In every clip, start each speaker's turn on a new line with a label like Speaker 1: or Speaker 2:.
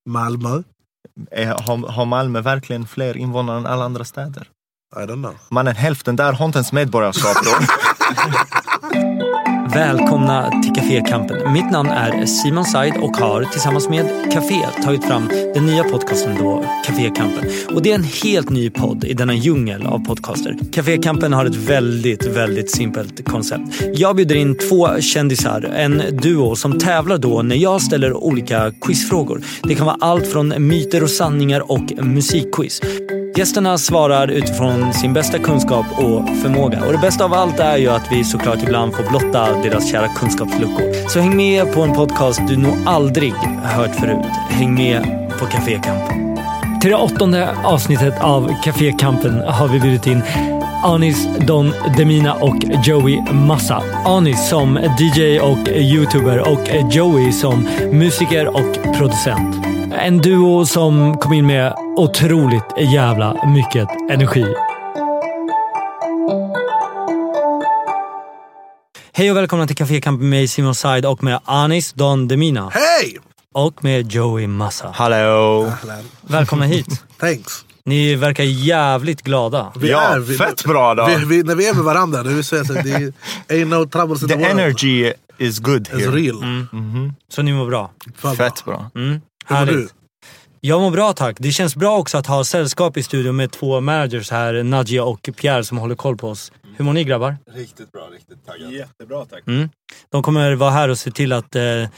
Speaker 1: Malmö.
Speaker 2: Har Malmö verkligen fler invånare än alla andra städer?
Speaker 1: I don't know.
Speaker 2: Mannen, hälften där har inte ens medborgarskap då.
Speaker 3: Välkomna till Cafékampen. Mitt namn är Simon Said och har tillsammans med Café tagit fram den nya podcasten då, Cafékampen. Och det är en helt ny podd i denna djungel av podcaster. Cafékampen har ett väldigt simpelt koncept. Jag bjuder in 2 kändisar, en duo som tävlar då när jag ställer olika quizfrågor. Det kan vara allt från myter och sanningar och musikquiz. Gästerna svarar utifrån sin bästa kunskap och förmåga. Och det bästa av allt är ju att vi såklart ibland får blotta deras kära kunskapsluckor. Så häng med på en podcast du nog aldrig hört förut. Häng med på Cafékampen. Till det 8:e avsnittet av Cafékampen har vi bjudit in Anis Don Demina och Joey Massa. Anis som DJ och YouTuber och Joey som musiker och producent. En duo som kom in med otroligt jävla mycket energi. Hej och välkomna till Cafékampen med Simon Said och med Anis Don Demina.
Speaker 1: Hej!
Speaker 3: Och med Joey Massa.
Speaker 2: Hallå!
Speaker 3: Välkomna hit.
Speaker 1: Thanks.
Speaker 3: Ni verkar jävligt glada.
Speaker 2: Fett bra då.
Speaker 1: När vi är med varandra, det vill säga att det ain't no troubles in the
Speaker 2: The
Speaker 1: world.
Speaker 2: energy is good here.
Speaker 1: It's real.
Speaker 3: Så ni mår bra?
Speaker 2: Fett bra.
Speaker 3: Härligt. Jag mår bra, tack. Det känns bra också att ha sällskap i studion med 2 managers här, Nadja och Pierre, som håller koll på oss. Hur mår ni, grabbar?
Speaker 4: Riktigt bra, riktigt taggad.
Speaker 2: Jättebra, tack.
Speaker 3: De kommer vara här och se till att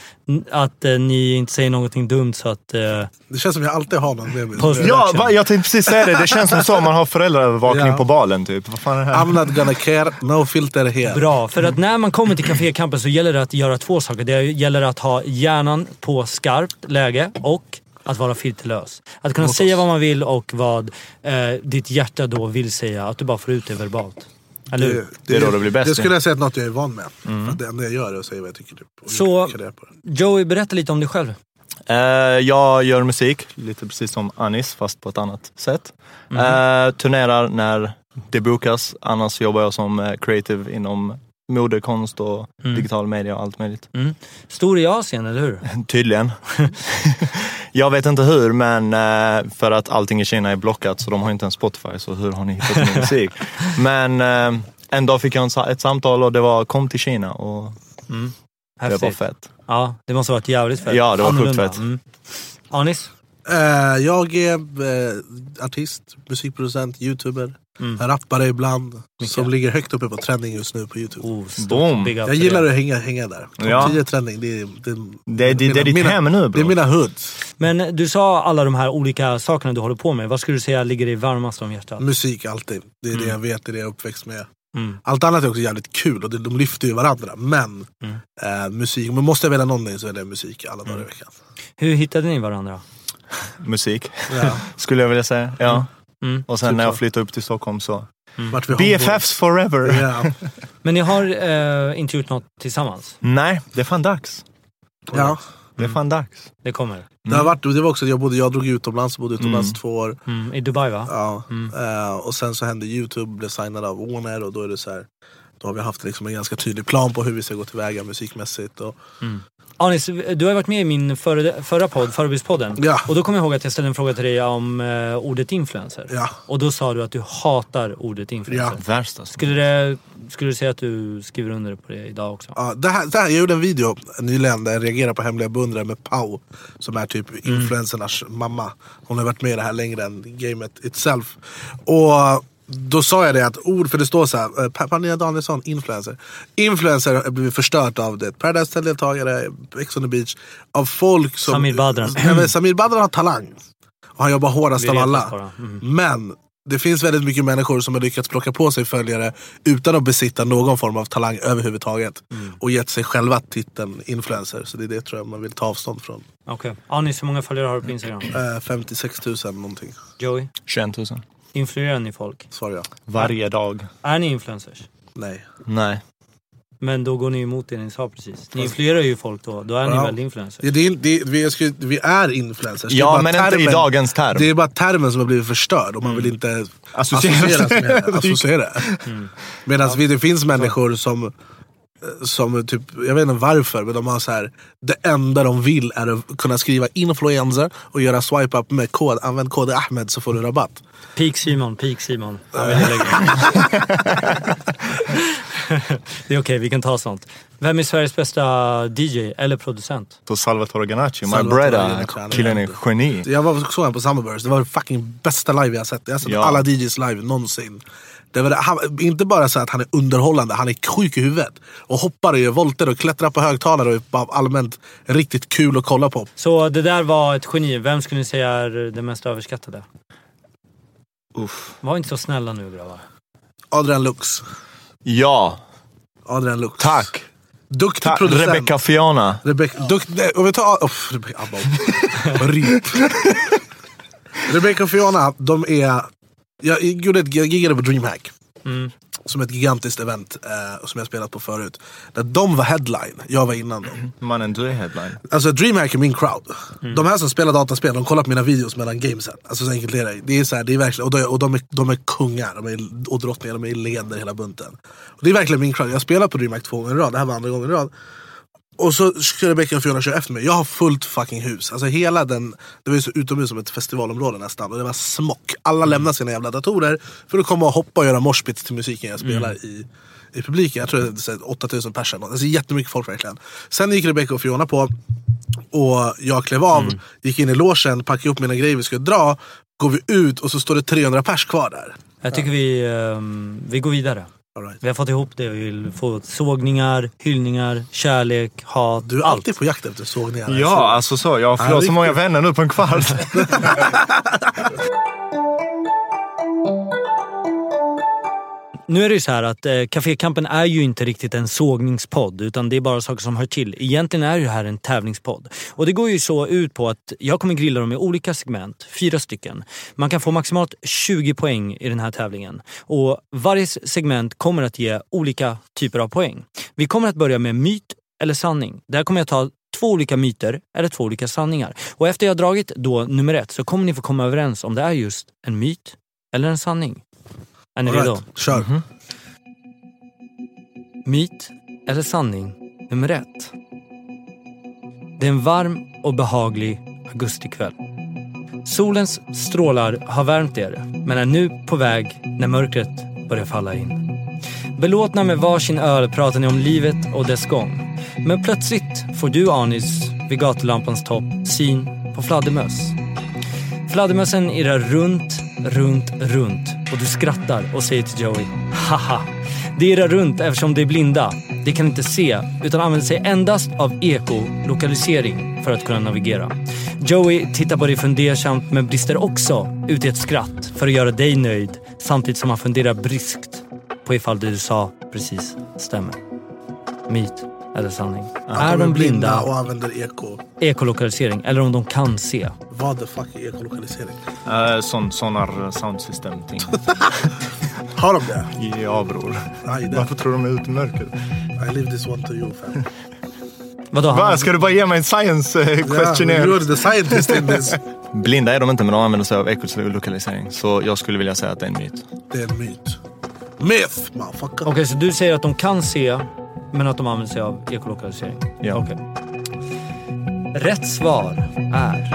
Speaker 3: ni inte säger någonting dumt, så att...
Speaker 1: Det känns som jag alltid har någon med mig.
Speaker 2: Ja, jag tänkte precis säga det. Det känns som så man har föräldraövervakning på balen typ. Vad fan är det här?
Speaker 1: I'm not gonna care, no filter here.
Speaker 3: Bra, för att när man kommer till Cafékampen så gäller det att göra 2 saker. Det gäller att ha hjärnan på skarpt läge och att vara filterlös. Att kunna säga vad man vill och vad ditt hjärta då vill säga. Att du bara får ut det verbalt. Eller hur?
Speaker 2: Det är då det blir bäst.
Speaker 1: Det skulle jag säga att något jag är van med. För det enda jag gör är att säga vad jag tycker. Typ,
Speaker 3: så Joey, berätta lite om dig själv.
Speaker 2: Jag gör musik, lite precis som Anis, fast på ett annat sätt. Turnerar när det bokas. Annars jobbar jag som creative inom modekonst och digital media och allt möjligt.
Speaker 3: Stor i Asien, eller hur?
Speaker 2: Tydligen. Jag vet inte hur, men för att allting i Kina är blockat så de har inte en Spotify, så hur har ni hittat min musik? Men en dag fick jag ett samtal och det var kom till Kina och det var fett.
Speaker 3: Ja, det måste ha varit jävligt fett.
Speaker 2: Ja, det var sjukt fett.
Speaker 3: Anis?
Speaker 1: Jag är artist, musikproducent, YouTuber. Rappare ibland. Som ligger högt uppe på trending just nu på YouTube.
Speaker 2: Boom.
Speaker 1: Jag gillar att hänga där. Top 10 trending.
Speaker 2: Det är ditt hem nu, bro.
Speaker 1: Det är mina hoods.
Speaker 3: Men du sa alla de här olika sakerna du håller på med. Vad skulle du säga ligger dig varmast om hjärtat?
Speaker 1: Musik alltid. Det är det jag vet, det är det jag är uppväxt med. Allt annat är också jävligt kul och de lyfter ju varandra. Men musik, men måste jag välja någonting så är det musik alla dagar i veckan.
Speaker 3: Hur hittade ni varandra?
Speaker 2: Musik,
Speaker 1: ja.
Speaker 2: Skulle jag vilja säga. Ja. Och sen när jag flyttade upp till Stockholm så BFFs forever.
Speaker 1: Ja.
Speaker 3: Men ni har inte gjort något tillsammans?
Speaker 2: Nej, det är fan dags.
Speaker 1: Ja.
Speaker 2: Det är fan dags.
Speaker 3: Det kommer.
Speaker 1: Det var också jag drog utomlands, bodde utomlands 2 år.
Speaker 3: I Dubai, va?
Speaker 1: Ja. Och sen så hände YouTube, blev signad av Warner och då är det så här. Då har vi haft liksom en ganska tydlig plan på hur vi ska gå tillväga musikmässigt och
Speaker 3: Anis, du har varit med i min förra podd, Förebildspodden.
Speaker 1: Ja.
Speaker 3: Och då kommer jag ihåg att jag ställde en fråga till dig om ordet influencer.
Speaker 1: Ja.
Speaker 3: Och då sa du att du hatar ordet influencer.
Speaker 1: Ja.
Speaker 2: Värsta.
Speaker 3: Skulle du säga att du skriver under på det idag också?
Speaker 1: Ja, det här, jag gjorde en video nyligen där jag reagerar på hemliga beundrare med Pau, som är typ influencernas mamma. Hon har varit med i det här längre än gamet itself. Och då sa jag det att för det står så här, Pernilla Danielsson, influencer. Influencer har blivit förstört av det. Paradise-deltagare, Ex on the Beach, av folk som...
Speaker 3: Samir Badran.
Speaker 1: Samir Badran har talang. Och han jobbar hårdast av alla. Men det finns väldigt mycket människor som har lyckats plocka på sig följare utan att besitta någon form av talang överhuvudtaget. Och gett sig själva titeln influencer. Så det är det, tror jag, man vill ta avstånd från.
Speaker 3: Okej. Anis, hur många följare har du på Instagram?
Speaker 1: 56 000 någonting.
Speaker 3: Joey?
Speaker 2: 21 000.
Speaker 3: Influerar ni folk?
Speaker 1: Svarar jag.
Speaker 2: Varje dag.
Speaker 3: Är ni influencers?
Speaker 1: Nej.
Speaker 3: Men då går ni emot det ni sa precis. Ni influerar ju folk då är ni väl influencers?
Speaker 1: Ja, vi är influencers.
Speaker 2: Ja, men inte i dagens term.
Speaker 1: Det är bara termen som har blivit förstörd och man vill inte associera. Medan det finns människor som som typ, jag vet inte varför, men de har så här, det enda de vill är att kunna skriva influencer och göra swipe up med kod, använd kod Ahmed så får du rabatt.
Speaker 3: Peak Simon. Han vill lägga. Det är okej, vi kan ta sånt. Vem är Sveriges bästa DJ eller producent?
Speaker 2: Så Salvatore Ganacci, my brother, killen är geni.
Speaker 1: Jag såg han på Summerburst, det var det fucking bästa live jag har sett. Jag har sett alla DJs live någonsin. Det var inte bara så att han är underhållande, han är sjuk i huvudet. Och hoppar och gör volter och klättrar på högtalare och är bara allmänt riktigt kul att kolla på.
Speaker 3: Så det där var ett geni. Vem skulle ni säga är det mest överskattade? Var inte så snälla nu, grabbar.
Speaker 1: Adrian Lux.
Speaker 2: Ja.
Speaker 1: Adrian Lux.
Speaker 2: Tack.
Speaker 1: Duktig producent.
Speaker 2: Rebecca Fiona.
Speaker 1: Och vi tar... Rebecca och Fiona, de är... Jag giggade på DreamHack. Som ett gigantiskt event som jag spelat på förut. Där de var headline, jag var innan dem.
Speaker 2: Mannen, du är headline.
Speaker 1: Alltså DreamHack är min crowd. De här som spelar dataspel, de kollar på mina videos mellan gamesen. Alltså så enkelt är det. Det är så här, det är verkligen, och de är kungar, och drottningar, de är ledare hela bunten. Och det är verkligen min crowd. Jag spelar på DreamHack 2 gånger i rad, det här var andra gången i rad. Och så ska Rebecca och Fiona köra efter mig. Jag har fullt fucking hus. Alltså hela den, det var ju så utomhus som ett festivalområde nästan. Och det var smock. Alla lämnar sina jävla datorer för att komma och hoppa och göra moshpits till musiken jag spelar i publiken. Jag tror det är 8000 personer. Alltså jättemycket folk verkligen. Sen gick Rebecca och Fiona på. Och jag klev av, gick in i logen, packade upp mina grejer vi skulle dra. Går vi ut och så står det 300 pers kvar där.
Speaker 3: Jag tycker vi går vidare.
Speaker 1: Right.
Speaker 3: Vi har fått ihop det. Vi vill få sågningar, hyllningar, kärlek, hat.
Speaker 1: Du är alltid på jakt efter sågningar.
Speaker 2: Ja, alltså så. Jag har förlorat så många vänner nu på en kvart.
Speaker 3: Nu är det ju så här att Cafékampen är ju inte riktigt en sågningspodd, utan det är bara saker som hör till. Egentligen är det här en tävlingspodd. Och det går ju så ut på att jag kommer grilla dem i olika segment, 4 stycken. Man kan få maximalt 20 poäng i den här tävlingen. Och varje segment kommer att ge olika typer av poäng. Vi kommer att börja med myt eller sanning. Där kommer jag ta 2 olika myter eller 2 olika sanningar. Och efter jag har dragit då nummer 1 så kommer ni få komma överens om det är just en myt eller en sanning. Är ni redo?
Speaker 1: Kör.
Speaker 3: Myt eller sanning nummer 1. Det är en varm och behaglig augustikväll. Solens strålar har värmt er, men är nu på väg när mörkret börjar falla in. Belåtna med varsin öl pratar ni om livet och dess gång. Men plötsligt får du, Anis, vid gatulampans topp syn på fladdermöss. Fladdermössen irrar runt och du skrattar och säger till Joey: haha, det irrar runt eftersom det är blinda. Det kan inte se utan använder sig endast av ekolokalisering för att kunna navigera. Joey tittar på dig fundersamt men brister också ut i ett skratt för att göra dig nöjd, samtidigt som han funderar bryskt på ifall det du sa precis stämmer. Myt eller sanning?
Speaker 1: Är de blinda och använder
Speaker 3: ekolokalisering, eller om de kan se?
Speaker 1: Vad the fuck är ekolokalisering?
Speaker 2: Sonar soundsystem ting.
Speaker 1: Har de det?
Speaker 2: Ja, bror. Varför tror de är ute i mörker?
Speaker 1: I leave this one to you, fam.
Speaker 3: Vadå?
Speaker 2: Ska du bara ge mig en science questionnaire?
Speaker 1: You're the scientist in this.
Speaker 2: Blinda är de inte, men de använder sig av ekolokalisering. Så jag skulle vilja säga att det är en myt.
Speaker 1: Det är en myt. Myth, motherfucker.
Speaker 3: Okej, så du säger att de kan se, men att de använder sig av ekolokalisering?
Speaker 2: Ja.
Speaker 3: Okej. Rätt svar är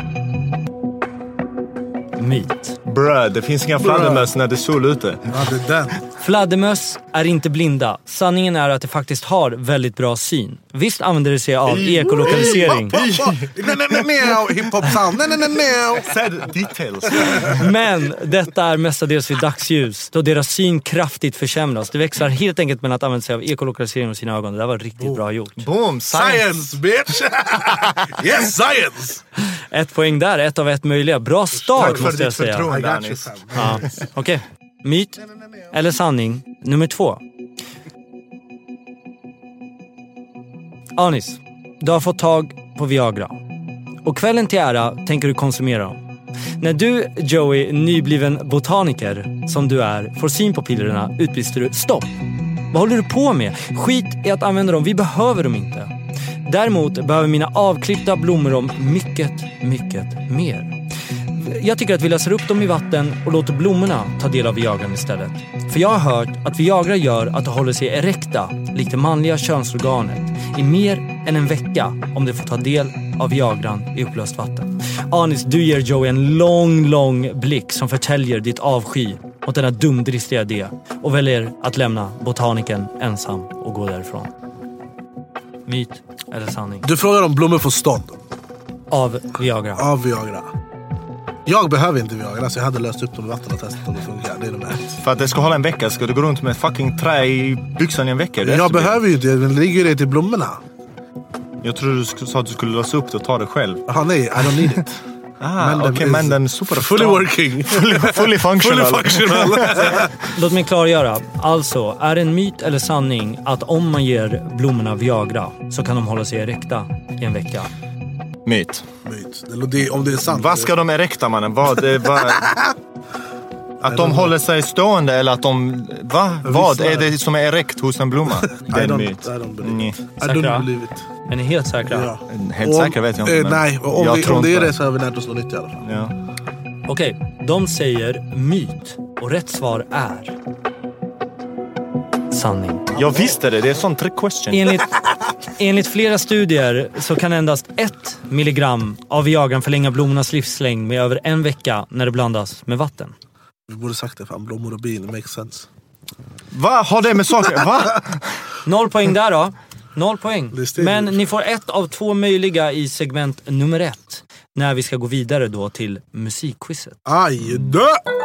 Speaker 3: myt.
Speaker 2: Bröd, det finns inga fladdermöss när det är sol ute.
Speaker 1: Ja, det är den.
Speaker 3: Fladdermöss är inte blinda. Sanningen är att det faktiskt har väldigt bra syn. Visst använder det sig av ekolokalisering.
Speaker 1: Hiphop sound.
Speaker 2: Said details.
Speaker 3: Men detta är mestadels vid dagsljus, då deras syn kraftigt försämras. Det växlar helt enkelt mellan att använda sig av ekolokalisering med sina ögon. Det där var riktigt bra gjort.
Speaker 2: Boom,
Speaker 1: Science, bitch! Yes, science!
Speaker 3: 1 poäng där, 1 av 1 möjliga. Bra start, måste jag säga. Ja. Okej. Myt eller sanning nummer 2. Anis, du har fått tag på Viagra. Och kvällen till ära tänker du konsumera dem. När du, Joey, nybliven botaniker som du är, får syn på pillerna utbrister du: stopp! Vad håller du på med? Skit i att använda dem, vi behöver dem inte. Däremot behöver mina avklippta blommor om mycket, mycket mer. Jag tycker att vi läser upp dem i vatten och låter blommorna ta del av Viagran istället. För jag har hört att Viagra gör att de håller sig erekta likt det manliga könsorganet, i mer än en vecka om det får ta del av Viagran i upplöst vatten. Anis, du ger Joey en lång blick som förtäljer ditt avsky mot denna dumdristiga idé och väljer att lämna botaniken ensam och gå därifrån. Myt eller sanning?
Speaker 1: Du frågar om blommor får stånd.
Speaker 3: Av Viagra.
Speaker 1: Av Viagra. Jag behöver inte Viagra, så jag hade löst upp dem i vatten och testat om det funkar. Det är nummer 1.
Speaker 2: För att det ska hålla en vecka ska du gå runt med fucking trä i byxan i en vecka.
Speaker 1: Jag behöver ju inte, men det ligger det till blommorna.
Speaker 2: Jag tror du sa att du skulle lösa upp det och ta det själv.
Speaker 1: Jaha, nej, I don't need it.
Speaker 2: Men den är super
Speaker 1: fully working.
Speaker 2: fully functional.
Speaker 3: Låt mig klargöra. Alltså, är det en myt eller sanning att om man ger blommorna Viagra så kan de hålla sig erekta i en vecka?
Speaker 2: Myt.
Speaker 1: Om det är sant.
Speaker 2: Vad ska de erekta, mannen? Att de håller sig stående eller att de... Vad är det som är erekt hos en blomma? Det är en myt.
Speaker 1: I don't believe it.
Speaker 3: Men är ni helt säkra?
Speaker 1: Ja.
Speaker 2: Helt säkra vet jag inte.
Speaker 1: Nej, om det är det så har vi lärt oss något nytt i alla fall.
Speaker 2: Ja.
Speaker 3: Okej, de säger myt. Och rätt svar är... sanning.
Speaker 2: Jag visste det är sån trick question.
Speaker 3: Enligt flera studier så kan endast 1 milligram av Viagran förlänga blommornas livslängd med över en vecka när det blandas med vatten.
Speaker 1: Vi borde sagt det, fan, blommor och bin, makes sense.
Speaker 2: Vad har det med saker? Va?
Speaker 3: 0 poäng där då. 0 poäng. Men ni får 1 av 2 möjliga i segment nummer 1. När vi ska gå vidare då till musikquizet.
Speaker 1: Aj, dö!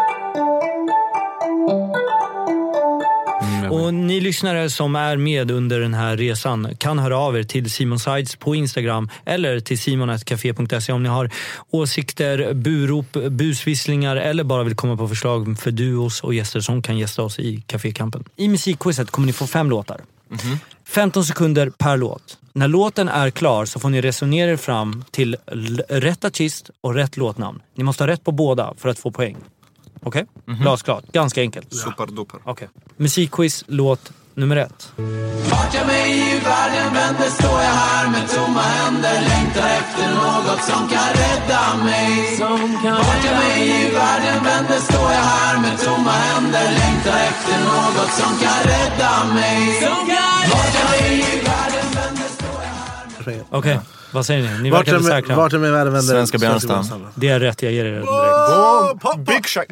Speaker 3: Och ni lyssnare som är med under den här resan kan höra av er till Simon Sides på Instagram eller till simon@café.se om ni har åsikter, burop, busvisslingar eller bara vill komma på förslag för duos och gäster som kan gästa oss i Cafékampen. I musikquizet kommer ni få 5 låtar. 15 sekunder per låt. När låten är klar så får ni resonera er fram till rätt artist och rätt låtnamn. Ni måste ha rätt på båda för att få poäng. Okej? Glasklart. Ganska enkelt.
Speaker 2: Superduper.
Speaker 3: Okej. Musikquiz, låt nummer 1.
Speaker 4: Vart jag mig i världen vänder står jag här med tomma händer. Längtar efter något som kan rädda mig. Vart jag mig i världen vänder står jag här med tomma händer. Längtar efter något som kan rädda mig. Vart jag mig i världen vänder står jag här.
Speaker 3: Okej, vad säger ni? Ni verkar säkra.
Speaker 1: Vart är med världen vänder?
Speaker 2: Svenska Björnstam.
Speaker 3: Det är rätt, jag ger er direkt.
Speaker 2: Big Shack.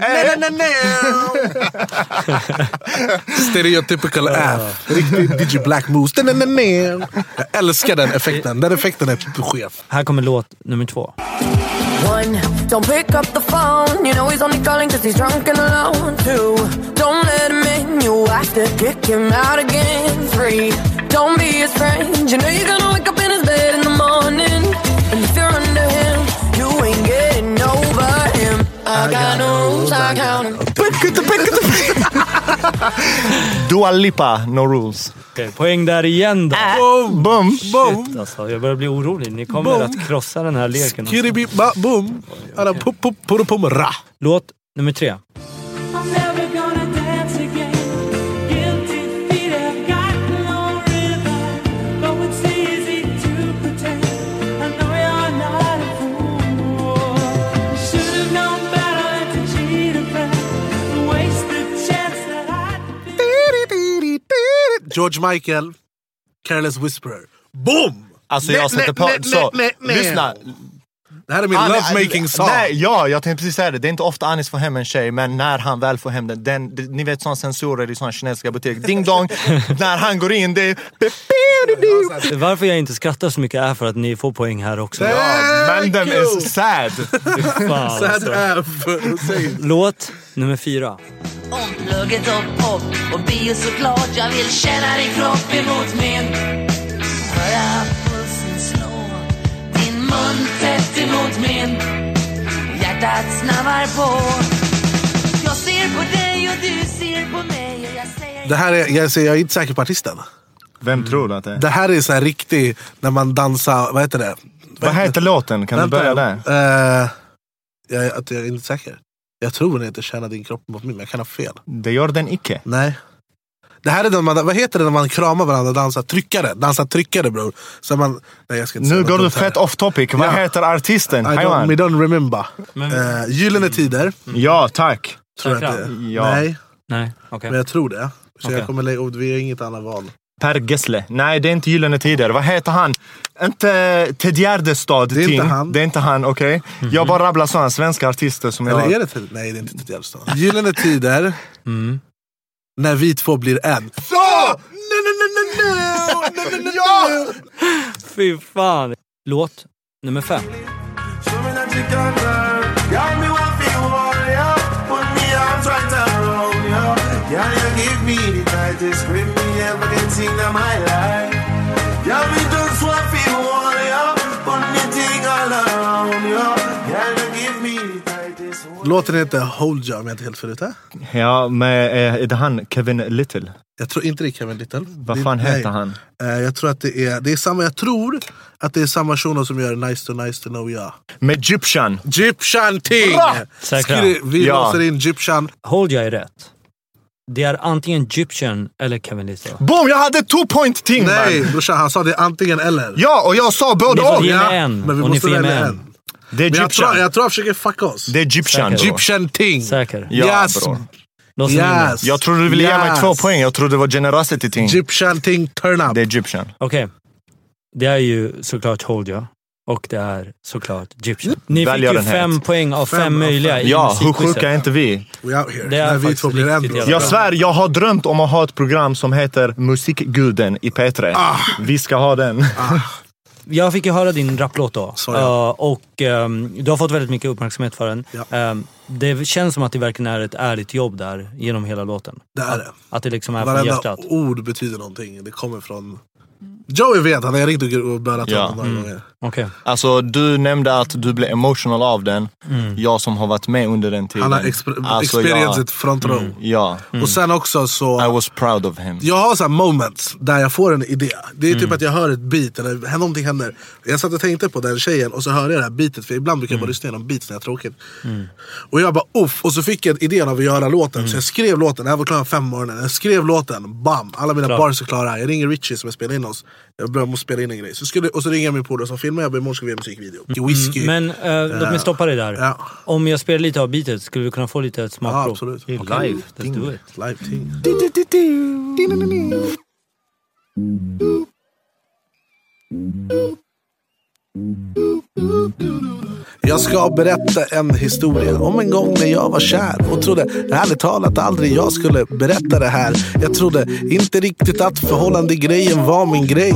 Speaker 1: Stereotypical F. Riktigt DJ Black Moose. Jag älskar den effekten. Den effekten är typ chef.
Speaker 3: Här kommer låt nummer 2.
Speaker 5: 1, don't pick up the phone. You know he's only calling cause he's drunk and alone. 2, don't let him in. You have to kick him out again. 3, don't be his friend. You know you're gonna wake up in his bed in the morning. And if you're under him, you ain't getting over him. I got no rules, I count him.
Speaker 2: Dua Lipa, No Rules.
Speaker 3: Okej, poäng där igen då.
Speaker 2: Boom.
Speaker 3: Shit, alltså, jag börjar bli orolig. Ni kommer att krossa den här leken.
Speaker 1: Skiribi, boom. Ra.
Speaker 3: Låt nummer 3.
Speaker 1: George Michael, Careless Whisperer. Boom!
Speaker 2: Alltså jag sätter på... Så, lyssna.
Speaker 1: Det här är min lovemaking song.
Speaker 2: Nej, jag tänkte precis säga det. Det är inte ofta Anis får hem en tjej, men när han väl får hem den ni vet sådana sensorer i sådana kinesiska butiker. Ding dong. När han går in, det är...
Speaker 3: Varför jag inte skrattar så mycket är för att ni får poäng här också.
Speaker 2: Men den är sad.
Speaker 3: Fan,
Speaker 1: Sad
Speaker 3: alltså.
Speaker 1: F.
Speaker 3: Låt nummer 4.
Speaker 6: Omplugget och pop och bio såklart. Jag vill känna din kropp emot min. Höra pulsen slå, din mun tätt emot min. Hjärtat snabbar på. Jag ser på dig och du ser på mig och jag säger...
Speaker 1: Det här är, jag är inte säker på artisten.
Speaker 2: Vem tror du att det är?
Speaker 1: Det här är så här riktigt, när man dansar, vad heter det?
Speaker 2: Vad heter låten? Kan du börja där?
Speaker 1: Jag är inte säker. Jag tror inte känna din kropp mot mig, men jag kan ha fel.
Speaker 2: Det gör den icke.
Speaker 1: Nej. Det här är den man, vad heter det när man kramar varandra och dansar tryckare bror. Så man, nej, jag ska inte
Speaker 2: nu går du
Speaker 1: här.
Speaker 2: fett off topic. Vad heter artisten?
Speaker 1: I don't remember. Gyllene Tider.
Speaker 2: Ja, tack.
Speaker 1: Tror jag att det är.
Speaker 2: Ja.
Speaker 1: Nej,
Speaker 3: okej.
Speaker 1: men jag tror det. Så
Speaker 3: Okej.
Speaker 1: jag kommer lägga, och vi har inget annat val.
Speaker 2: Per Gessle. Nej, det är inte Gyllene Tider. Vad heter han? Inte Ted Gärdestad.
Speaker 1: Det är inte han.
Speaker 2: Det är inte han, okej. Okay? Jag bara rabblar sådana svenska artister som
Speaker 1: Eller
Speaker 2: jag...
Speaker 1: är det Ted? Nej, det är inte Ted Gärdestad. Gyllene Tider. När vi två blir en. Så! Ja!
Speaker 3: Fy fan. Låt nummer 5.
Speaker 1: Låten heter Hold You, om jag inte helt förut här.
Speaker 2: Ja, men är det han Kevin Little?
Speaker 1: Jag tror inte det är Kevin Little.
Speaker 2: Vad fan heter han?
Speaker 1: Jag tror att det är samma. Jag tror att det är samma shuno som gör Nice to Know Ya.
Speaker 2: Med Egyptian.
Speaker 1: Egyptian ting!
Speaker 3: Säkra.
Speaker 1: Vi låser in Egyptian.
Speaker 3: Hold You är rätt. Det är antingen Egyptian eller Kevin Little.
Speaker 2: Boom, jag hade 2 point ting.
Speaker 1: Nej,
Speaker 2: man.
Speaker 1: brorsan, han sa det antingen eller.
Speaker 2: Ja, och jag sa både
Speaker 3: Ni får
Speaker 2: och.
Speaker 3: ge mig
Speaker 1: Ja,
Speaker 3: en.
Speaker 1: men vi
Speaker 3: Och ni
Speaker 1: måste
Speaker 3: får ge mig
Speaker 1: välja
Speaker 3: en.
Speaker 1: en.
Speaker 2: Det är
Speaker 1: Men
Speaker 2: Egyptian.
Speaker 1: jag tror han försöker fucka oss.
Speaker 2: Det är Egyptian.
Speaker 3: Säkert.
Speaker 2: Bro.
Speaker 1: Egyptian ting.
Speaker 3: Säker.
Speaker 2: Ja,
Speaker 1: Yes.
Speaker 2: bror.
Speaker 3: Låt mig in.
Speaker 1: Yes.
Speaker 2: Jag trodde du ville ge mig 2 poäng. Jag trodde det var generosity ting.
Speaker 1: Egyptian ting, turn up.
Speaker 2: Det är Egyptian.
Speaker 3: Okej. Det är ju såklart Hold You. Och det är såklart Egyptian. Ni fick ju
Speaker 2: Välgörenhet.
Speaker 3: 5 poäng av 5
Speaker 1: 5 av
Speaker 3: möjliga i
Speaker 2: Ja, hur
Speaker 3: musikquizet.
Speaker 2: sjuka är inte vi?
Speaker 1: We out here.
Speaker 3: Det är
Speaker 1: När vi
Speaker 3: faktiskt
Speaker 1: två blir en.
Speaker 3: riktigt
Speaker 1: bro.
Speaker 3: jävla
Speaker 2: Jag svär, jag har drömt om att ha ett program som heter Musikguden i P3. Vi ska ha den.
Speaker 3: Jag fick ju höra din rapplåt då.
Speaker 1: Sorry.
Speaker 3: Och du har fått väldigt mycket uppmärksamhet för den.
Speaker 1: Ja.
Speaker 3: Det känns som att det verkligen är ett ärligt jobb där genom hela låten.
Speaker 1: Det är det.
Speaker 3: Att det liksom är från
Speaker 1: Varenda
Speaker 3: hjärtat.
Speaker 1: ord betyder någonting. Det kommer från... Joey vet, han har ringt och börjat
Speaker 2: Ja.
Speaker 1: honom några gånger.
Speaker 3: Okej.
Speaker 2: Alltså, du nämnde att du blev emotional av den. Jag som har varit med under den tiden.
Speaker 1: Han har experienced front row.
Speaker 2: Ja.
Speaker 1: Och sen också så...
Speaker 2: I was proud of him.
Speaker 1: Jag har så här moments där jag får en idé. Det är typ att jag hör ett beat eller någonting händer. Jag satt och tänkte på den tjejen och så hörde jag det här beatet. För ibland brukar jag bara lyssna igenom beats när jag är tråkigt. Och jag bara uff. Och så fick jag idén av att göra låten. Så jag skrev låten. Det här var klockan 5 morgonen. Jag skrev låten. Bam. Alla mina bars är klara. Jag ringer Richie som jag spelar in oss. Jag måste spela in en grej. Och så ringer jag min polare som filmar. Jag bara, imorgon ska vi göra musikvideo. Whisky.
Speaker 3: Men låt mig stoppa dig där.
Speaker 1: Ja.
Speaker 3: Om jag spelar lite av beatet, skulle vi kunna få lite ett smakprov?
Speaker 1: Ja, absolut.
Speaker 3: Okej, let's do it.
Speaker 1: Live ting. Jag ska berätta en historia om en gång när jag var kär och trodde ärligt talat aldrig jag skulle berätta det här. Jag trodde inte riktigt att förhållande grejen var min grej.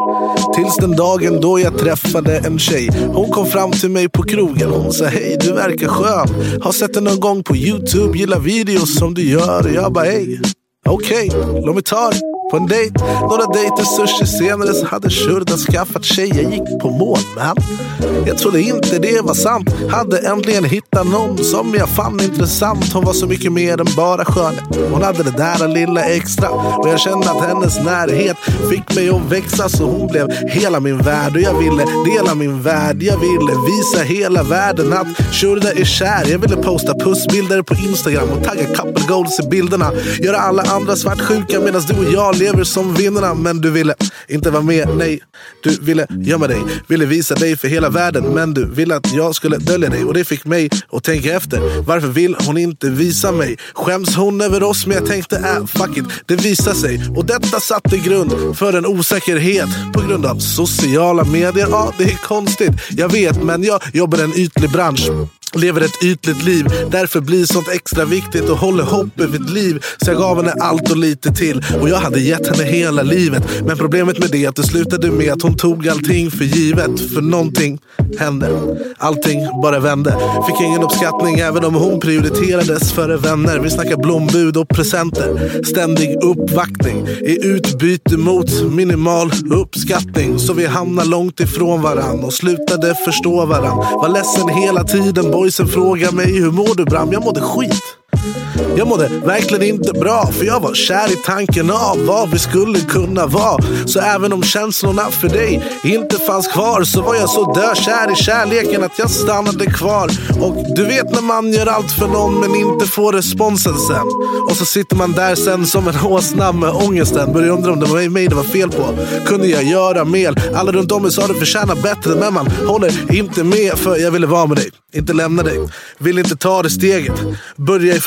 Speaker 1: Tills den dagen då jag träffade en tjej. Hon kom fram till mig på krogen. Hon sa hej, du verkar skön. Har sett den någon gång på YouTube. Gillar videos som du gör. Jag bara hej. Okej, låt mig ta det på en dejt. Några dejter sushi senare så hade Shurda skaffat tjej. Jag gick på månen. Jag trodde inte det var sant. Hade äntligen hittat någon som jag fann intressant. Hon var så mycket mer än bara skönhet. Hon hade det där lilla extra. Och jag kände att hennes närhet fick mig att växa. Så hon blev hela min värld. Och jag ville dela min värld. Jag ville visa hela världen att Shurda är kär. Jag ville posta pussbilder på Instagram och tagga couple goals i bilderna. Göra alla andra svartsjuka medan du och jag lever som vinnarna. Men du ville inte vara med, nej. Du ville gömma dig, ville visa dig för hela världen. Men du ville att jag skulle dölja dig. Och det fick mig att tänka efter. Varför vill hon inte visa mig? Skäms hon över oss? Men jag tänkte, fuck it, det visar sig. Och detta satte grund för en osäkerhet på grund av sociala medier. Ja, det är konstigt, jag vet. Men jag jobbar i en ytlig bransch. Lever ett ytligt liv. Därför blir sånt extra viktigt och håller hoppet vid liv. Så jag gav henne allt och lite till. Och jag hade gett henne hela livet. Men problemet med det är att det slutade med att hon tog allting för givet. För någonting hände. Allting bara vände. Fick ingen uppskattning även om hon prioriterades före vänner. Vi snackar blombud och presenter. Ständig uppvaktning i utbyte mot minimal uppskattning. Så vi hamnar långt ifrån varann och slutade förstå varann. Var ledsen hela tiden. Boysen frågar mig, hur mår du Bram? Jag mådde skit. Jag mådde verkligen inte bra. För jag var kär i tanken av vad vi skulle kunna vara. Så även om känslorna för dig inte fanns kvar, så var jag så dökär i kärleken att jag stannade kvar. Och du vet när man gör allt för någon men inte får responsen sen. Och så sitter man där sen som en åsna med ångesten. Börjar undra om det var mig det var fel på. Kunde jag göra mer? Alla runt om mig sa det förtjänar bättre. Men man håller inte med, för jag ville vara med dig, inte lämna dig. Vill inte ta det steget. Börja ifrågasätta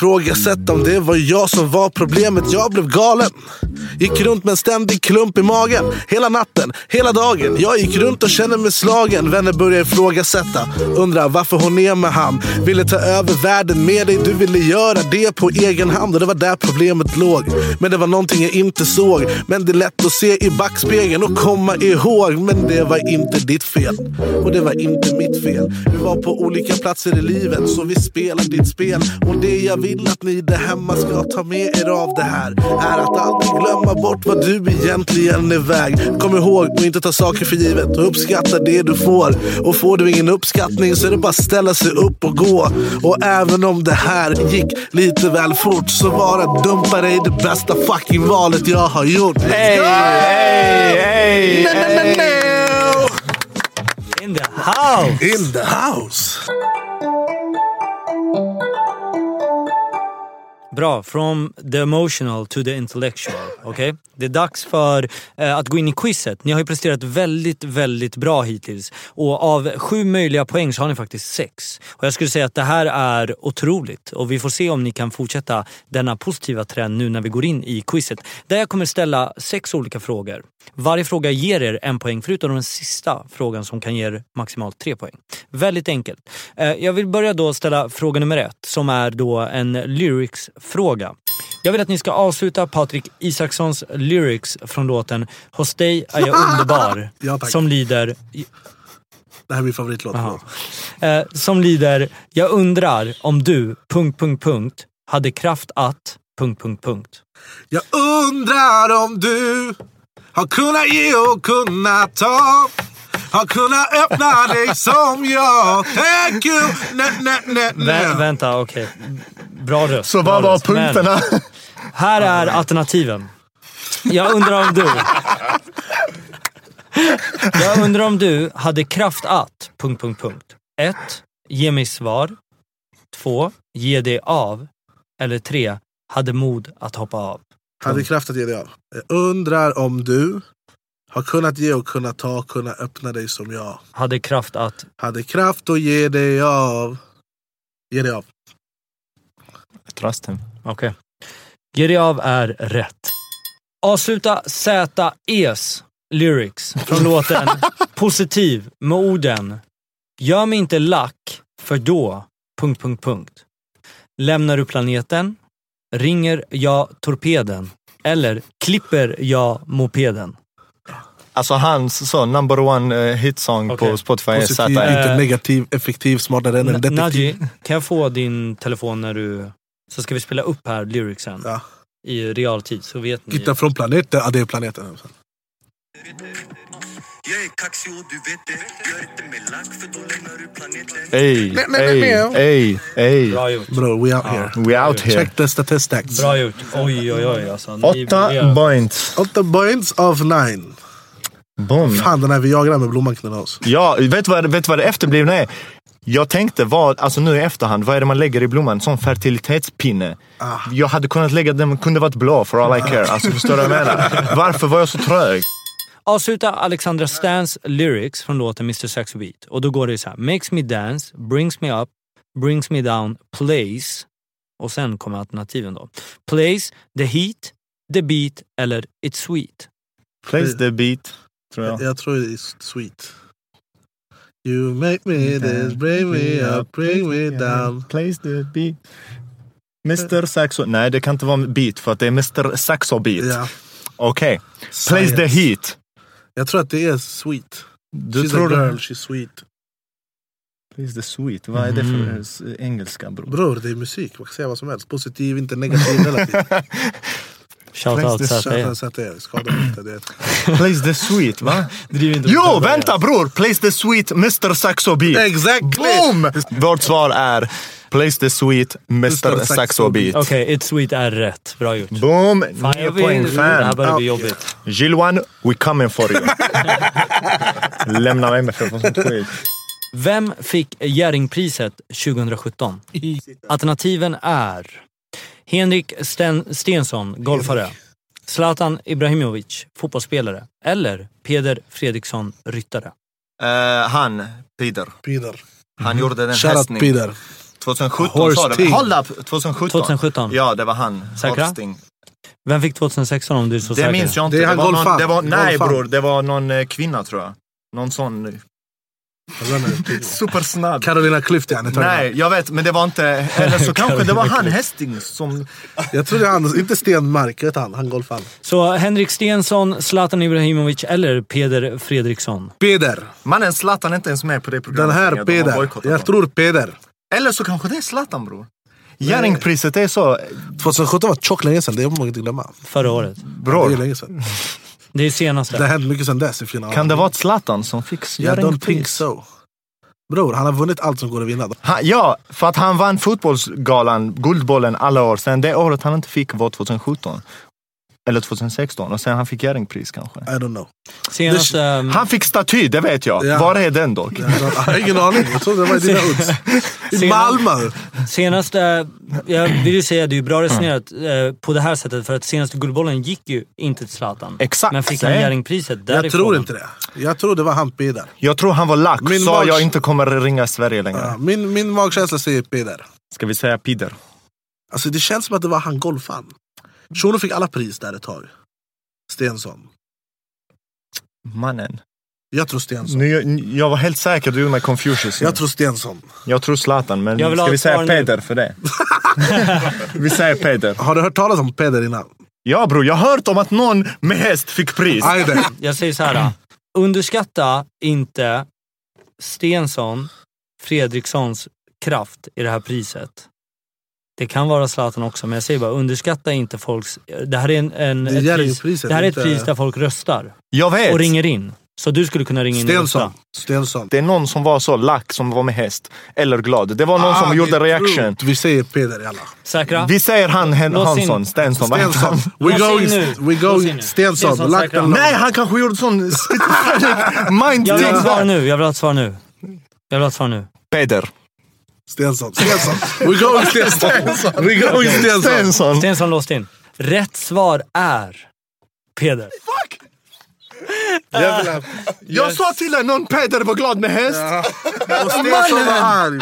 Speaker 1: ifrågasätta om det var jag som var problemet. Jag blev galen. Gick runt med en ständig klump i magen. Hela natten, hela dagen. Jag gick runt och kände mig slagen. Vänner började ifrågasätta. Undrar varför hon är med han. Ville ta över världen med dig. Du ville göra det på egen hand. Och det var där problemet låg. Men det var någonting jag inte såg. Men det är lätt att se i backspegeln och komma ihåg. Men det var inte ditt fel. Och det var inte mitt fel. Vi var på olika platser i livet. Så vi spelar ditt spel. Och det jag vill att ni där hemma ska ta med er av det här är att aldrig glömma bort vad du egentligen är väg. Kom ihåg och inte ta saker för givet. Och uppskatta det du får. Och får du ingen uppskattning så är det bara ställa sig upp och gå. Och även om det här gick lite väl fort så var att dumpa dig det bästa fucking valet jag har gjort.
Speaker 2: Hey, hey, hey, hey.
Speaker 3: In the house!
Speaker 1: In the house!
Speaker 3: Bra, from the emotional to the intellectual, okej? Det är dags för att gå in i quizet. Ni har ju presterat väldigt, väldigt bra hittills. Och av 7 möjliga poäng så har ni faktiskt 6. Och jag skulle säga att det här är otroligt. Och vi får se om ni kan fortsätta denna positiva trend nu när vi går in i quizet. Där jag kommer ställa 6 olika frågor. Varje fråga ger er 1 poäng förutom den sista frågan som kan ge er maximalt 3 poäng. Väldigt enkelt. Jag vill börja då ställa fråga nummer 1 som är då en lyrics-fråga. Jag vill att ni ska avsluta Patrik Isakssons lyrics från låten Hos dig är jag underbar.
Speaker 1: Ja, tack.
Speaker 3: Som lyder...
Speaker 1: Det här är min favoritlåt.
Speaker 3: som lyder jag undrar om du... hade kraft att...
Speaker 1: Jag undrar om du har kunnat ge och kunnat ta. Har kunnat öppna dig som jag. Thank you.
Speaker 3: Vänta, okej. Bra röst.
Speaker 2: Så vad var punkterna?
Speaker 3: Men här är alternativen. Jag undrar om du hade kraft att... 1. Ge mig svar. 2. Ge det av. Eller 3. Hade mod att hoppa av.
Speaker 1: Hade kraft att ge det av. Jag undrar om du har kunnat ge och kunnat ta. Kunnat öppna dig som jag.
Speaker 3: Hade kraft att...
Speaker 1: Hade kraft att ge dig av. Ge dig av.
Speaker 2: Trust him.
Speaker 3: Okej. Ge det av är rätt. Avsluta Z.E's lyrics från låten Positiv med orden gör mig inte lack för då... Lämnar du planeten? Ringer jag torpeden? Eller klipper jag mopeden?
Speaker 2: Alltså hans så number one hitsong på Spotify är
Speaker 1: Positiv,
Speaker 2: Z.E.
Speaker 1: inte negativ, effektiv, smartare än en detektiv.
Speaker 3: Naji, kan jag få din telefon när du... Så ska vi spela upp här lyricsen.
Speaker 1: Ja.
Speaker 3: I realtid, så vet ni.
Speaker 1: Gitta från planeten, ja det är planeten.
Speaker 7: Jag är kaxig och du vet det. Gör inte med lack för då lämnar du planeten.
Speaker 2: Ey.
Speaker 3: Bra gjort.
Speaker 1: Bro, we out here.
Speaker 2: We out here.
Speaker 1: Check the statistics.
Speaker 3: Bra gjort. Oj. Alltså,
Speaker 2: 8 points.
Speaker 1: 8 points of 9.
Speaker 2: Boom.
Speaker 1: Fan, den här Viagra med blomman knullar oss.
Speaker 2: Ja, vet vad det efterblivna är? Jag tänkte, alltså nu i efterhand, vad är det man lägger i blomman? Sån fertilitetspinne. Jag hade kunnat lägga den, kunde varit blå for all I care. Alltså förstår du vad jag menar? Varför var jag så trög?
Speaker 3: Avsluta Alexandra Stans lyrics från låten Mr. Saxo Beat. Och då går det så här. Makes me dance, brings me up, brings me down, plays. Och sen kommer alternativen då. Plays, the heat, the beat eller it's sweet.
Speaker 2: Plays the beat, tror jag.
Speaker 1: Jag tror det är sweet. You make me this, bring me up, bring me down.
Speaker 2: Plays the beat. Mr. Saxo. Nej, det kan inte vara beat för att det är Mr. Saxo beat.
Speaker 1: Ja.
Speaker 2: Okej. Plays the heat.
Speaker 1: Jag tror att det är sweet.
Speaker 2: Du
Speaker 1: she's
Speaker 2: tror
Speaker 1: a girl, she's sweet.
Speaker 2: Plays the sweet. Vad är det för engelska, bror?
Speaker 1: Bror, det är musik. Man kan säga vad som helst. Positiv, inte negativ, relativ.
Speaker 3: Shoutout
Speaker 1: Z.E. Skadar inte det.
Speaker 2: Plays the sweet, va?
Speaker 3: Jo,
Speaker 2: vänta bror! Plays the sweet Mr. Saxo beat.
Speaker 1: Exactly!
Speaker 2: Boom! Vårt svar är Plays the sweet Mr. Saxo beat.
Speaker 3: Okej, it's sweet är rätt. Bra gjort.
Speaker 2: Boom! 9 poäng
Speaker 3: Det här
Speaker 2: fan.
Speaker 3: börjar bli jobbigt.
Speaker 2: Gilwan, we coming for you. Lämna mig med för sånt skit.
Speaker 3: Vem fick Jerringpriset 2017? Alternativen är Henrik Stensson, golfare. Zlatan Ibrahimovic, fotbollsspelare. Eller Peder Fredriksson, ryttare.
Speaker 2: Han, Peter.
Speaker 1: Peter.
Speaker 2: Han gjorde den
Speaker 1: Shoutout
Speaker 2: hästning.
Speaker 1: Peter.
Speaker 2: 2017 sa du. Håll upp, 2017. Ja, det var han.
Speaker 3: Säkra?
Speaker 2: Horsting.
Speaker 3: Vem fick 2016 om du är så säker?
Speaker 2: Det minns jag inte.
Speaker 1: Det är han
Speaker 2: det var nej bror, det var någon kvinna tror jag. Någon sån supersnabb.
Speaker 1: Carolina Klüft, ja.
Speaker 2: Nej, jag vet, men det var inte... Eller så kanske det var han Hastings som...
Speaker 1: Jag tror det är han, inte Stenmark, vet han golfan.
Speaker 3: Så Henrik Stenson, Zlatan Ibrahimovic eller Peder Fredriksson?
Speaker 1: Peder.
Speaker 2: Mannen, Zlatan är inte ens med på det programmet.
Speaker 1: Den här Peder. Jag tror Peder.
Speaker 2: Eller så kanske det är Zlatan, bror. Jerringpriset är så...
Speaker 1: 2017 var tjock länge sedan, det har man inte glömma.
Speaker 3: Förra året.
Speaker 2: Bror.
Speaker 1: Det är länge sedan.
Speaker 3: Det är senaste.
Speaker 1: Det har hänt mycket sedan dess i finalen.
Speaker 2: Kan det vara Zlatan som fick Jerringpris?
Speaker 1: I don't think so. Bror, han har vunnit allt som går att vinna.
Speaker 2: Ja, för att han vann fotbollsgalan, Guldbollen, alla år. Sen det året han inte fick var 2017. Eller 2016. Och sen han fick Jerringpris kanske.
Speaker 1: I don't know.
Speaker 3: Senaste,
Speaker 2: han fick staty, det vet jag. Ja. Var är den dock?
Speaker 1: Jag har ingen aning. Jag tror det var i dina hoods. I Malmö.
Speaker 3: Senaste, jag vill ju säga, det är ju bra resonerat på det här sättet. För att senaste Guldbollen gick ju inte till Zlatan.
Speaker 2: Exakt.
Speaker 3: Men fick han Jerringpriset därifrån.
Speaker 1: Jag tror inte det. Jag tror det var han Peder.
Speaker 2: Jag tror han var lack. Så jag inte kommer ringa Sverige längre.
Speaker 1: Ja, min magkänsla säger Peder.
Speaker 2: Ska vi säga Peder?
Speaker 1: Alltså det känns som att det var han golfan. Shuno fick alla pris där ett tag. Stensson.
Speaker 2: Mannen.
Speaker 1: Jag tror Stensson.
Speaker 2: Jag var helt säker, du gjorde mig Confucius.
Speaker 1: Jag tror Stensson.
Speaker 2: Jag tror Zlatan, men ska vi säga Peder för det? Vi säger Peder.
Speaker 1: Har du hört talas om Peder innan?
Speaker 2: Ja bro, jag har hört om att någon med häst fick pris.
Speaker 3: Jag säger så här. Underskatta inte Stensson Fredrikssons kraft i det här priset. Det kan vara Zlatan också, men jag säger bara, underskatta inte folks... Det här är ett pris där folk röstar.
Speaker 2: Jag vet.
Speaker 3: Och ringer in. Så du skulle kunna ringa in
Speaker 1: Stensson.
Speaker 2: Det är någon som var så lack som var med häst. Eller glad. Det var någon som gjorde reaction.
Speaker 1: Vi säger Peder i alla.
Speaker 3: Säkra?
Speaker 2: Vi säger Hansson. Stensson.
Speaker 1: We go Stensson.
Speaker 2: Nej, han kanske gjorde sån...
Speaker 3: Jag vill ha ett svar nu.
Speaker 2: Peder.
Speaker 1: Stensson. We go Stensson.
Speaker 3: Stensson låst in. Rätt svar är Peder.
Speaker 2: Fuck! Jag sa till dig någon Peder var glad med häst.
Speaker 1: Och Stensson var arg.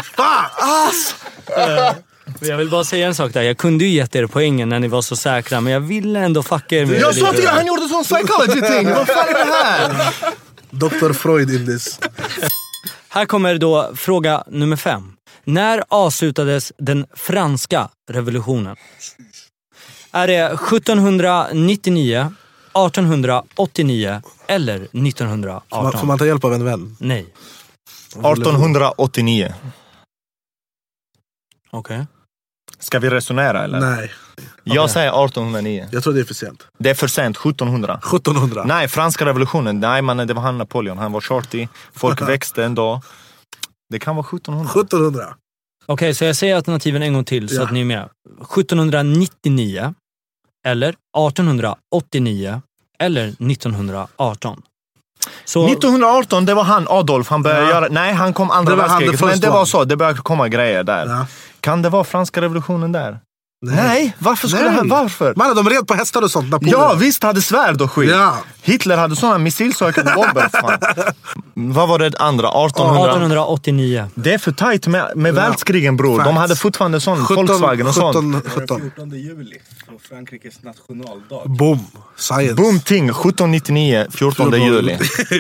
Speaker 3: Jag vill bara säga en sak där. Jag kunde ju gett er poängen när ni var så säkra, men jag ville ändå fucka er med.
Speaker 2: Jag sa till dig, han gjorde sån psychology-ting. Vad fan är det här?
Speaker 1: Dr. Freud in this.
Speaker 3: Här kommer då fråga nummer 5. När avslutades den franska revolutionen? Är det 1799, 1889 eller 1918?
Speaker 1: Får man ta hjälp av en vän?
Speaker 3: Nej.
Speaker 2: 1889.
Speaker 3: Okej.
Speaker 2: Ska vi resonera eller?
Speaker 1: Nej.
Speaker 2: Jag säger 1809.
Speaker 1: Jag tror det är för sent.
Speaker 2: Det är för sent, 1700. Nej, franska revolutionen. Nej mannen, det var han Napoleon. Han var shorty. Folk växte ändå. Det kan vara 1700.
Speaker 3: Okej, så jag säger alternativen en gång till så att ni är med. 1799 eller 1889 eller 1918. Så
Speaker 2: 1918, det var han Adolf. Han började göra... Nej, han kom andra världskriget. Men det var så, det började komma grejer där. Ja. Kan det vara franska revolutionen där? Nej, varför skulle han? Varför?
Speaker 1: Man, de red på hästar och sånt. Napoleon.
Speaker 2: Ja, visst hade svärd och skit. Ja. Hitler hade sådana missilsökande bomber. Vad var det andra?
Speaker 3: 1889.
Speaker 2: Det är för tajt med världskrigen, bror. De hade fortfarande sån Volkswagen och sånt.
Speaker 8: 14 juli från Frankrikes nationaldag.
Speaker 1: Boom. Science.
Speaker 2: Boom ting. 1799, 14 juli.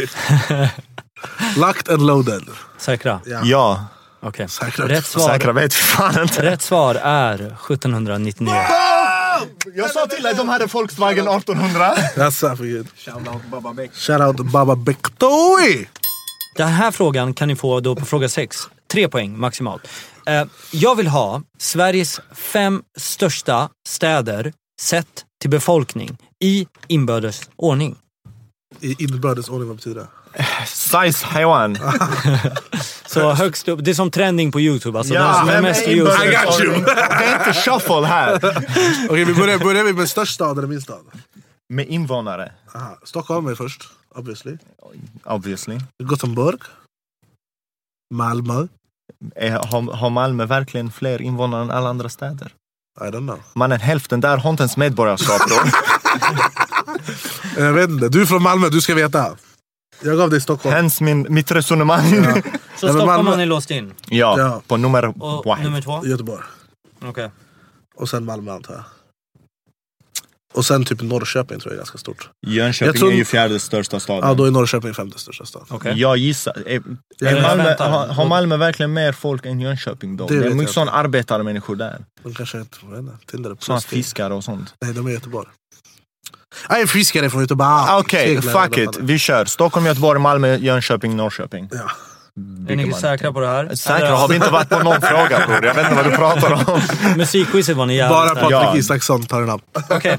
Speaker 1: Locked and loaded.
Speaker 3: Säkra?
Speaker 2: Ja.
Speaker 3: Okej.
Speaker 2: Säkra vet fan inte.
Speaker 3: Rätt svar är 1799.
Speaker 2: Jag sa till dig, de hade Volkswagen 1800.
Speaker 1: That's for good. Shout out Baba Bektoy.
Speaker 3: Den här frågan kan ni få då på fråga 6. 3 poäng maximalt. Jag vill ha Sveriges 5 största städer sett till befolkning i inbördes ordning.
Speaker 1: I inbördes ordning, vad betyder det?
Speaker 2: Size Haiwan.
Speaker 3: Så högst upp, det är som trending på YouTube. Alltså
Speaker 2: ja,
Speaker 3: den som är mest YouTube.
Speaker 2: I got you. Det är inte shuffle här.
Speaker 1: Okej, vi börjar med störst stad eller minst stad?
Speaker 2: Med invånare.
Speaker 1: Aha. Stockholm är först, obviously. Gothenburg. Malmö.
Speaker 2: Har Malmö verkligen fler invånare än alla andra städer?
Speaker 1: I don't know.
Speaker 2: Mannen, hälften där har inte ens medborgarskap då.
Speaker 1: Jag vet inte, du är från Malmö, du ska veta. Jag gav dig Stockholm.
Speaker 2: Hens mitt resonemang.
Speaker 1: Ja.
Speaker 3: Så Stockholm har ni låst in?
Speaker 2: Ja, på nummer
Speaker 3: nummer 2?
Speaker 1: Göteborg.
Speaker 3: Okej.
Speaker 1: Och sen Malmö antar jag. Och sen typ Norrköping tror jag är ganska stort.
Speaker 2: Jönköping är ju 4:e största staden.
Speaker 1: Ja, då är Norrköping 5:e största stad.
Speaker 3: Okay.
Speaker 2: Jag gissar. Har Malmö verkligen mer folk än Jönköping då? Det är mycket sån arbetarmänniskor där.
Speaker 1: De kanske inte,
Speaker 2: såna fiskare och sånt.
Speaker 1: Nej, de är i Göteborg. Jag är fiskare från Göteborg.
Speaker 2: Okej, fuck it. Vi kör. Stockholm, Göteborg, Malmö, Jönköping, Norrköping.
Speaker 1: Ja.
Speaker 3: Är ni säkra på det här?
Speaker 2: Säkra har vi inte varit på någon fråga, bror. Jag vet inte vad du pratar om.
Speaker 3: Musikquizet var ni jävligt.
Speaker 1: Bara Patrik Isaksson tar den upp.
Speaker 3: Okej.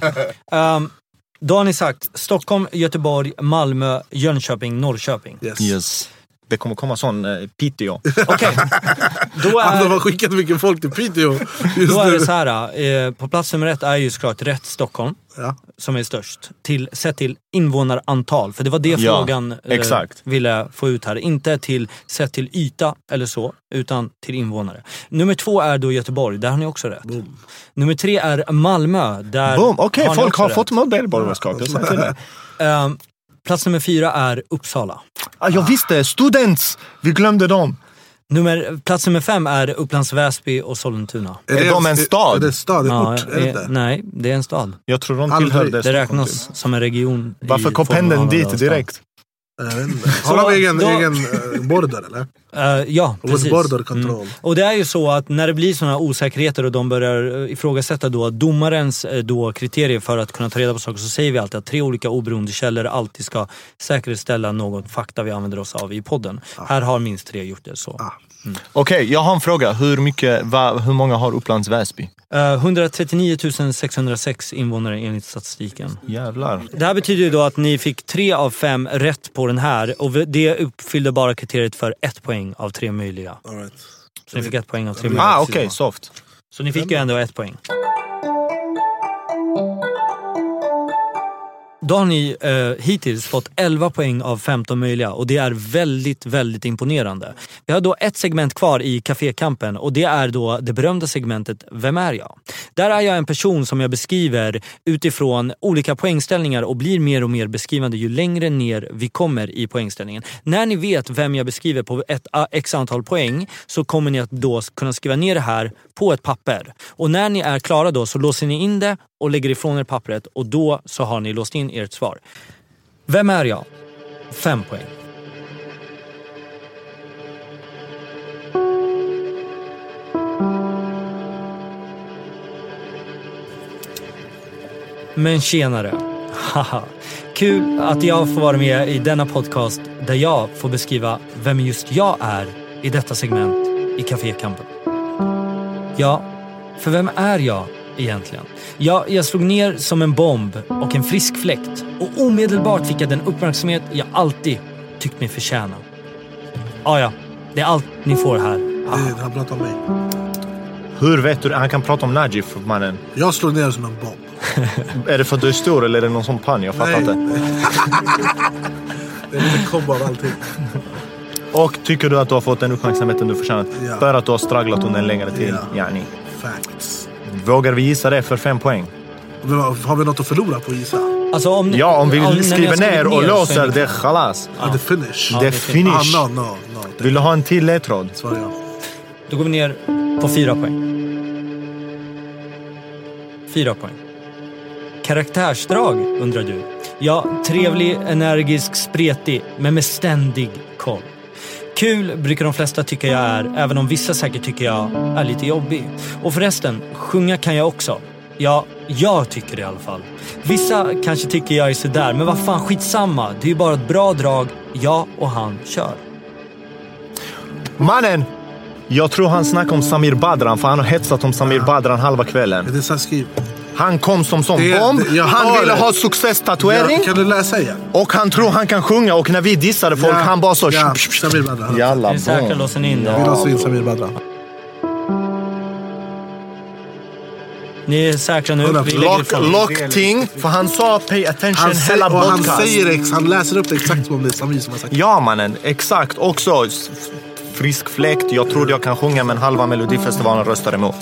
Speaker 3: Då har ni sagt Stockholm, Göteborg, Malmö, Jönköping, Norrköping.
Speaker 2: Yes. Det kommer komma sån Piteå.
Speaker 3: Okej. Då
Speaker 1: de har skickat mycket folk till Piteå.
Speaker 3: Då är det så här. På plats nummer 1 är ju såklart rätt Stockholm.
Speaker 1: Ja.
Speaker 3: Som är störst. Sett till invånarantal. För det var det frågan ville få ut här. Inte sett till yta eller så. Utan till invånare. Nummer 2 är då Göteborg. Där har ni också rätt.
Speaker 1: Boom.
Speaker 3: Nummer 3 är Malmö. Där
Speaker 2: Okej, folk har fått medborgarskap.
Speaker 3: Plats nummer 4 är Uppsala.
Speaker 2: Jag visste, students! Vi glömde dem.
Speaker 3: Plats nummer 5 är Upplands Väsby och Sollentuna.
Speaker 2: Är de en stad?
Speaker 1: Är det stad? Ort? Är det
Speaker 3: nej, det är en stad.
Speaker 2: Jag tror de tillhör
Speaker 3: det räknas som en region.
Speaker 2: Varför kom pendeln dit direkt?
Speaker 1: Har de egen border eller?
Speaker 3: Ja, precis.
Speaker 1: Borderkontroll.
Speaker 3: Och det är ju så att när det blir sådana osäkerheter och de börjar ifrågasätta då domarens kriterier för att kunna ta reda på saker, så säger vi alltid att 3 olika oberoende källor alltid ska säkerställa något fakta vi använder oss av i podden. Här har minst 3 gjort det så.
Speaker 2: Okej, jag har en fråga. Hur många har Upplands Väsby?
Speaker 3: 139 606 invånare enligt statistiken.
Speaker 2: Jävlar.
Speaker 3: Det här betyder ju då att ni fick 3 av 5 rätt på den här. Och det uppfyllde bara kriteriet för 1 poäng av 3 möjliga.
Speaker 1: All right.
Speaker 3: Så ni fick 1 poäng av 3 möjliga.
Speaker 2: Okej, soft.
Speaker 3: Så ni fick ju ändå 1 poäng. Då har ni hittills fått 11 poäng av 15 möjliga och det är väldigt, väldigt imponerande. Vi har då ett segment kvar i Cafékampen och det är då det berömda segmentet Vem är jag? Där är jag en person som jag beskriver utifrån olika poängställningar och blir mer och mer beskrivande ju längre ner vi kommer i poängställningen. När ni vet vem jag beskriver på ett x antal poäng så kommer ni att då kunna skriva ner det här på ett papper. Och när ni är klara då så låser ni in det och lägger ifrån er pappret och då så har ni låst in ert svar. Vem är jag? 5 poäng. Men tjenare. Haha. Kul att jag får vara med i denna podcast där jag får beskriva vem just jag är i detta segment i Cafékampen. Ja, för vem är jag egentligen? Ja, jag slog ner som en bomb och en frisk fläkt och omedelbart fick jag den uppmärksamhet jag alltid tyckt mig förtjäna. Ja, det är allt ni får här.
Speaker 1: Han pratar om mig.
Speaker 2: Hur vet du? Han kan prata om Najif, mannen.
Speaker 1: Jag slog ner som en bomb.
Speaker 2: Är det för att du är stor eller är det någon sån pan? Jag fattar inte.
Speaker 1: Det är en kombo av allting.
Speaker 2: Och tycker du att du har fått den uppmärksamheten du förtjänat för att du har strugglat under en längre tid?
Speaker 1: Ja. Facts.
Speaker 2: Vågar vi gissa det för 5 poäng?
Speaker 1: Har vi något att förlora på att gissa?
Speaker 3: Alltså om
Speaker 2: vi skriver ner och låser det khalas.
Speaker 1: The finish.
Speaker 2: The finish.
Speaker 1: No.
Speaker 2: Vill du ha en till ledtråd?
Speaker 1: Svar ja.
Speaker 3: Då går vi ner på 4 poäng. 4 poäng. Karaktärsdrag, undrar du? Ja, trevlig, energisk, spretig, men med ständig koll. Kul brukar de flesta tycka jag är, även om vissa säkert tycker jag är lite jobbig. Och förresten, sjunga kan jag också. Ja, jag tycker det i alla fall. Vissa kanske tycker jag är sådär, men vad fan, skitsamma. Det är ju bara ett bra drag, jag och han kör.
Speaker 2: Mannen! Jag tror han snackar om Samir Badran, för han har hetsat om Samir Badran halva kvällen.
Speaker 1: Det är så skriv.
Speaker 2: Han kom som bomb. Han ville ha success-tatuering.
Speaker 1: Kan du läsa igen?
Speaker 2: Och han tror han kan sjunga. Och när vi dissade folk, han bara så...
Speaker 1: Samir Badran.
Speaker 2: Jalla,
Speaker 3: är säkert låsen in det.
Speaker 1: Vi låser in Samir Badran.
Speaker 3: Ni är säkra nu.
Speaker 2: Lock-ting. För han sa pay attention hela podcast.
Speaker 1: Han säger han läser upp det exakt som om det är Samir som har sagt.
Speaker 2: Ja, mannen. Exakt. Också frisk fläkt. Jag trodde jag kan sjunga, men halva Melodifestivalen röstar emot.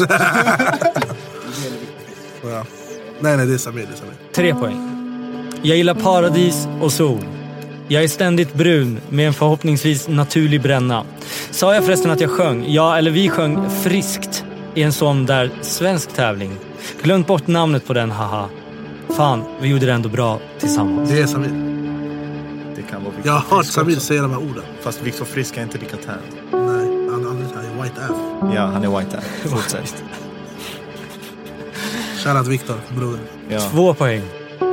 Speaker 2: Nej,
Speaker 1: det är Samir.
Speaker 3: 3 poäng. Jag gillar paradis och sol. Jag är ständigt brun med en förhoppningsvis naturlig bränna. Sa jag förresten att jag sjöng? Ja, eller vi sjöng friskt i en sån där svensk tävling. Glömt bort namnet på den, haha. Fan, vi gjorde det ändå bra tillsammans.
Speaker 1: Det är Samir.
Speaker 2: Det kan vara
Speaker 1: jag har hört Samir säga de här orden.
Speaker 2: Fast Viktor Frisk är inte lika tän.
Speaker 1: Nej, han är White F.
Speaker 2: Ja, han är White F. Fortsätt.
Speaker 1: Shoutout Viktor, bror.
Speaker 3: Ja. 2 poäng.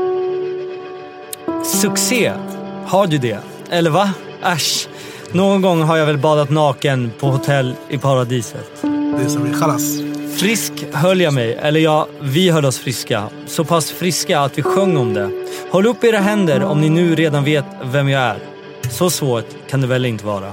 Speaker 3: Succé. Har du det? Eller va? Äsch. Någon gång har jag väl badat naken på hotell i paradiset.
Speaker 1: Det är Samir. Khalas.
Speaker 3: Frisk höll jag mig, eller ja, vi höll oss friska. Så pass friska att vi sjöng om det. Håll upp era händer om ni nu redan vet vem jag är. Så svårt kan det väl inte vara.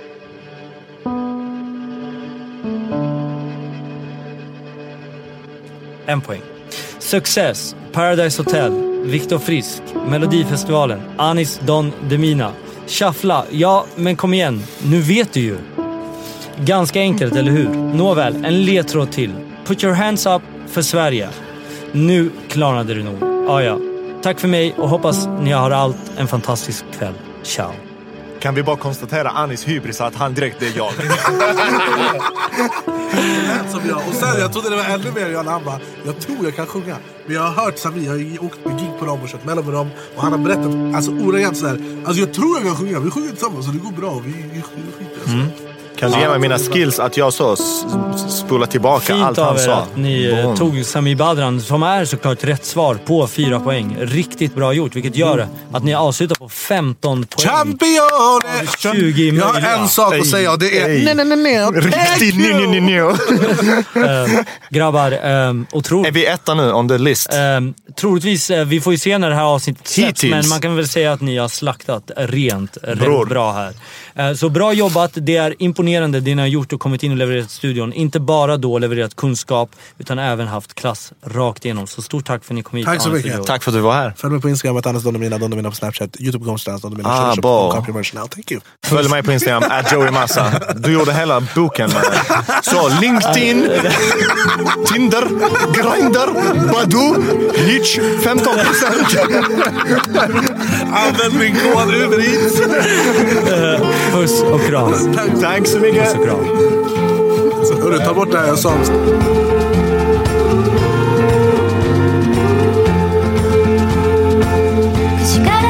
Speaker 3: En poäng. Success, Paradise Hotel, Viktor Frisk, Melodifestivalen, Anis Don Demina. Shuffla, ja men kom igen, nu vet du ju. Ganska enkelt, eller hur? Nåväl, en ledtråd till. Put your hands up för Sverige. Nu klarnade det nog. Ja. Tack för mig och hoppas ni har allt en fantastisk kväll. Ciao.
Speaker 2: Kan vi bara konstatera Anis hybris att han direkt är jag.
Speaker 1: Som jag. Och sen jag trodde det var ännu mer jag när han bara, jag tror jag kan sjunga. Men jag har hört Samir, jag har åkt med gig på dem och kört mellan med dem. Och han har berättat, alltså ordagrant sådär. Alltså jag tror jag kan sjunga, vi sjunger tillsammans så det går bra. Vi skiter alltså.
Speaker 2: Kan du ge mig mina skills att jag så spola tillbaka
Speaker 3: fint
Speaker 2: allt han sa?
Speaker 3: Att ni tog Samir Badran, som är såklart rätt svar på 4 poäng. Riktigt bra gjort, vilket gör att ni avslutar på 15 poäng.
Speaker 1: Champion!
Speaker 3: 20
Speaker 1: jag har en sak att säga och det är
Speaker 2: nej.
Speaker 3: Grabbar, otroligt.
Speaker 2: Är vi etta nu on the list?
Speaker 3: Troligtvis, vi får ju se när det här avsnittet släpps, men man kan väl säga att ni har slaktat rent rätt bra här. Så bra jobbat, det är imponerande det ni har gjort och kommit in och levererat i studion. Inte bara då levererat kunskap, utan även haft klass rakt igenom. Så stort tack för att ni kom hit.
Speaker 1: Tack så mycket.
Speaker 2: Tack för att du var här.
Speaker 1: Följ mig på Instagram att Anders Dondomina på Snapchat, YouTube.com/Dondomina. Thank you.
Speaker 2: Följ mig på Instagram @JoeyMassa. Du gjorde hela boken med det. Så LinkedIn, Tinder, Grindr, Badoo, Hitch, 15%.
Speaker 1: Använd min kod Uber Eats.
Speaker 3: Puss och kram.
Speaker 2: Tack så mycket.
Speaker 3: Puss och kram.
Speaker 1: Hörru, ta bort det här jag sa.
Speaker 9: You gotta